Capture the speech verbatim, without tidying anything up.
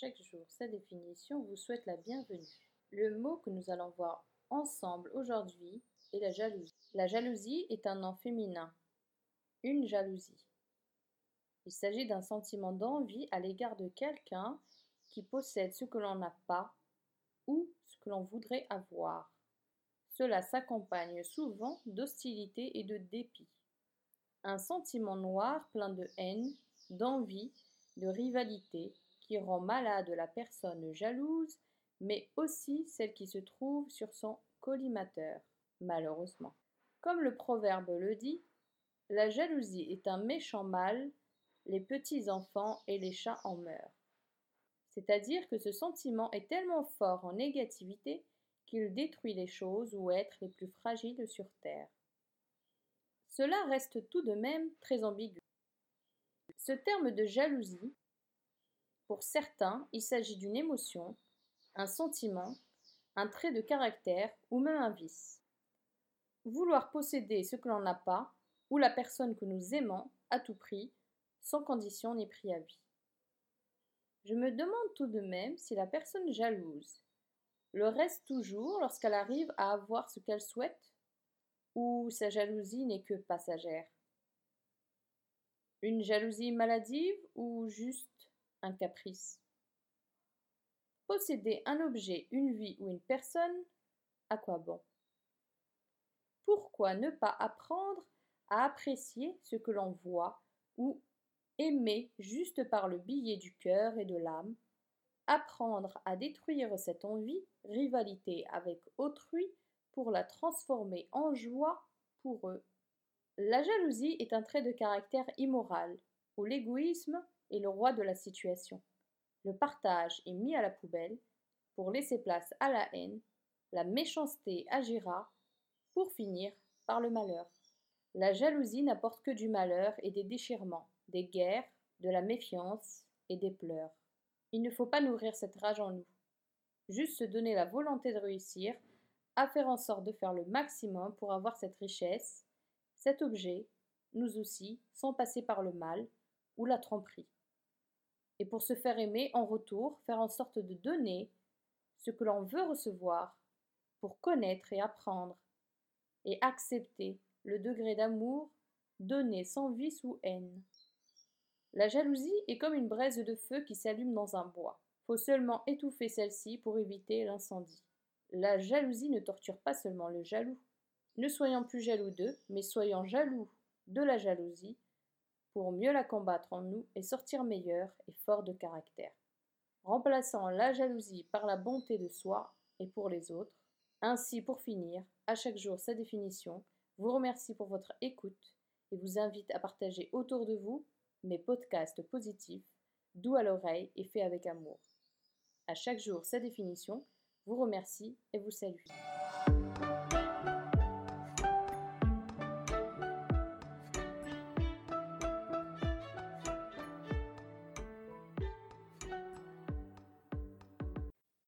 chaque jour sa définition vous souhaite la bienvenue. Le mot que nous allons voir ensemble aujourd'hui est la jalousie. La jalousie est un nom féminin, une jalousie. Il s'agit d'un sentiment d'envie à l'égard de quelqu'un qui possède ce que l'on n'a pas ou ce que l'on voudrait avoir. Cela s'accompagne souvent d'hostilité et de dépit. Un sentiment noir plein de haine, d'envie, de rivalité qui rend malade la personne jalouse, mais aussi celle qui se trouve sur son collimateur, malheureusement. Comme le proverbe le dit, la jalousie est un méchant mal, les petits enfants et les chats en meurent. C'est-à-dire que ce sentiment est tellement fort en négativité qu'il détruit les choses ou êtres les plus fragiles sur terre. Cela reste tout de même très ambigu. Ce terme de jalousie, pour certains, il s'agit d'une émotion, un sentiment, un trait de caractère ou même un vice. Vouloir posséder ce que l'on n'a pas ou la personne que nous aimons à tout prix, sans condition ni prix à vie. Je me demande tout de même si la personne jalouse le reste toujours lorsqu'elle arrive à avoir ce qu'elle souhaite, ou sa jalousie n'est que passagère. Une jalousie maladive ou juste un caprice? Posséder un objet, une vie ou une personne, à quoi bon? Pourquoi ne pas apprendre à apprécier ce que l'on voit ou aimer juste par le biais du cœur et de l'âme? Apprendre à détruire cette envie, rivalité avec autrui, pour la transformer en joie pour eux. La jalousie est un trait de caractère immoral, où l'égoïsme est le roi de la situation. Le partage est mis à la poubelle pour laisser place à la haine, la méchanceté agira pour finir par le malheur. La jalousie n'apporte que du malheur et des déchirements, des guerres, de la méfiance et des pleurs. Il ne faut pas nourrir cette rage en nous, juste se donner la volonté de réussir, à faire en sorte de faire le maximum pour avoir cette richesse, cet objet, nous aussi, sans passer par le mal ou la tromperie. Et pour se faire aimer en retour, faire en sorte de donner ce que l'on veut recevoir, pour connaître et apprendre, et accepter le degré d'amour donné sans vice ou haine. La jalousie est comme une braise de feu qui s'allume dans un bois. Faut seulement étouffer celle-ci pour éviter l'incendie. La jalousie ne torture pas seulement le jaloux. Ne soyons plus jaloux d'eux, mais soyons jaloux de la jalousie pour mieux la combattre en nous et sortir meilleurs et forts de caractère. Remplaçant la jalousie par la bonté de soi et pour les autres. Ainsi, pour finir, à chaque jour sa définition, vous remercie pour votre écoute et vous invite à partager autour de vous mes podcasts positifs, doux à l'oreille et faits avec amour. À chaque jour sa définition, vous remercie et vous salue.